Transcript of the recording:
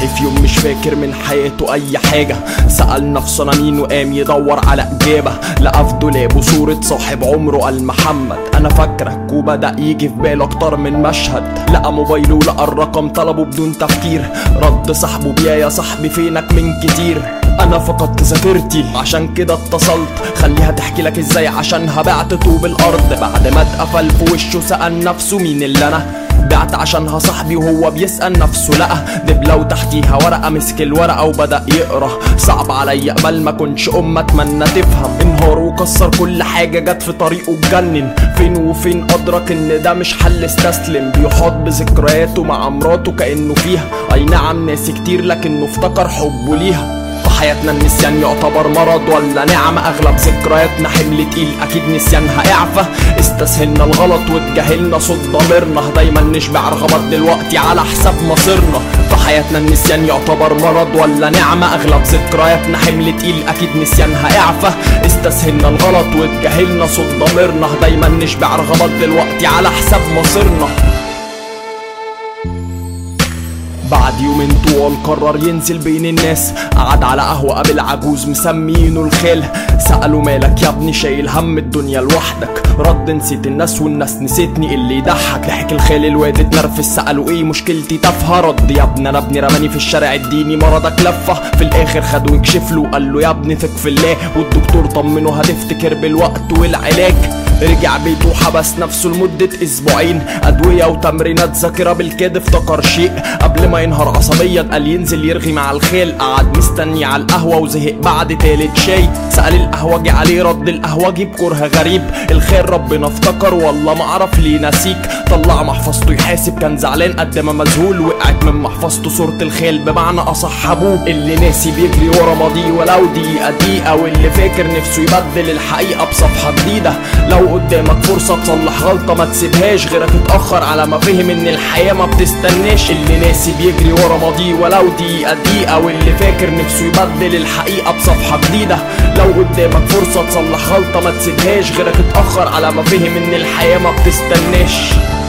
صحي في يوم مش فاكر من حياته اي حاجة، سأل نفسه انا مين وقام يدور على اجابة، لقى في دولابه صورة صاحب عمره قال محمد انا فاكرك، وبدأ يجي في باله اكتر من مشهد، لقى موبايله ولقى الرقم طلبه بدون تفكير، رد صاحبه بيا يا صاحبي فينك من كتير، انا فقدت ذاكرتي عشان كده اتصلت، خليها تحكي لك ازاي عشانها بعت طوب الارض، بعد ما اتقفل في وشه سأل نفسه مين اللي انا بعت عشانها صاحبي، وهو بيسأل نفسه لقى دبلة وتحتيها ورقة، مسك الورقة وبدأ يقرا، صعب عليا قبل ما كنش اتمنى تفهم، انهار وكسر كل حاجة جت في طريقه اتجنن، فين وفين ادرك ان ده مش حل، استسلم بيحاط بذكرياته مع مراته كأنه فيها، اي نعم ناسي كتير لكنه افتكر حبه ليها. حياتنا النسيان يعتبر مرض ولا نعمة؟ اغلب ذكرياتنا حمل تقيل اكيد نسيانها اعفى، استسهلنا الغلط واتجاهلنا صوت ضميرنا، دايما نشبع رغبات دلوقتي على حساب مصيرنا. في حياتنا النسيان يعتبر مرض ولا نعمة؟ اغلب ذكرياتنا حمل تقيل اكيد نسيانها اعفى، استسهلنا الغلط واتجاهلنا صوت ضميرنا، دايما نشبع رغبات دلوقتي على حساب مصيرنا. بعد يومين طوال قرر ينزل بين الناس، قعد على قهوة قابل عجوز مسمينه الخال، سأله مالك يا ابني شايل هم الدنيا لوحدك؟ رد نسيت الناس والناس نسيتني اللي يضحك، ضحك الخال الواد اتنرفز سأله ايه مشكلتي تافهة؟ رد يا ابني انا ابني رماني في الشارع اديني مرضك لفة، في الاخر خده يكشف له وقال له يا ابني ثق في الله، والدكتور طمنه هتفتكر بالوقت والعلاج، رجع بيته وحبس نفسه لمدة اسبوعين، ادوية وتمرينات ذاكرة بالكاد افتكر شيء، قبل ما ينهار عصبيا قال ينزل يرغي مع الخال، قعد مستني على القهوة وزهق بعد تالت شاي، سأل القهوجي عليه رد القهوجي بكره غريب، الخال ربنا افتكر والله معرف ليه نسيك، طلع محفظته يحاسب كان زعلان قد ما مذهول، وقعت من محفظته صورة الخال بمعنى اصح ابوه، اللي ناسي بيجري ورا ماضيه ولو دقيقة، واللي فاكر نفسه يبدل الحقيقة بصفحة جديدة، لو قدامك فرصة تصلح غلطة ما تسيبهاش، غيرك اتأخر على ما فهم ان الحياة ما بتستناش، اللي ناسي بيجري ورا ماضيه ولو دقيقة، واللي فاكر نفسه يبدل الحقيقة بصفحة جديدة، لو قدامك فرصة تصلح غلطة ما تسيبهاش، غيرك اتأخر على ما فهم ان الحياة ما بتستناش.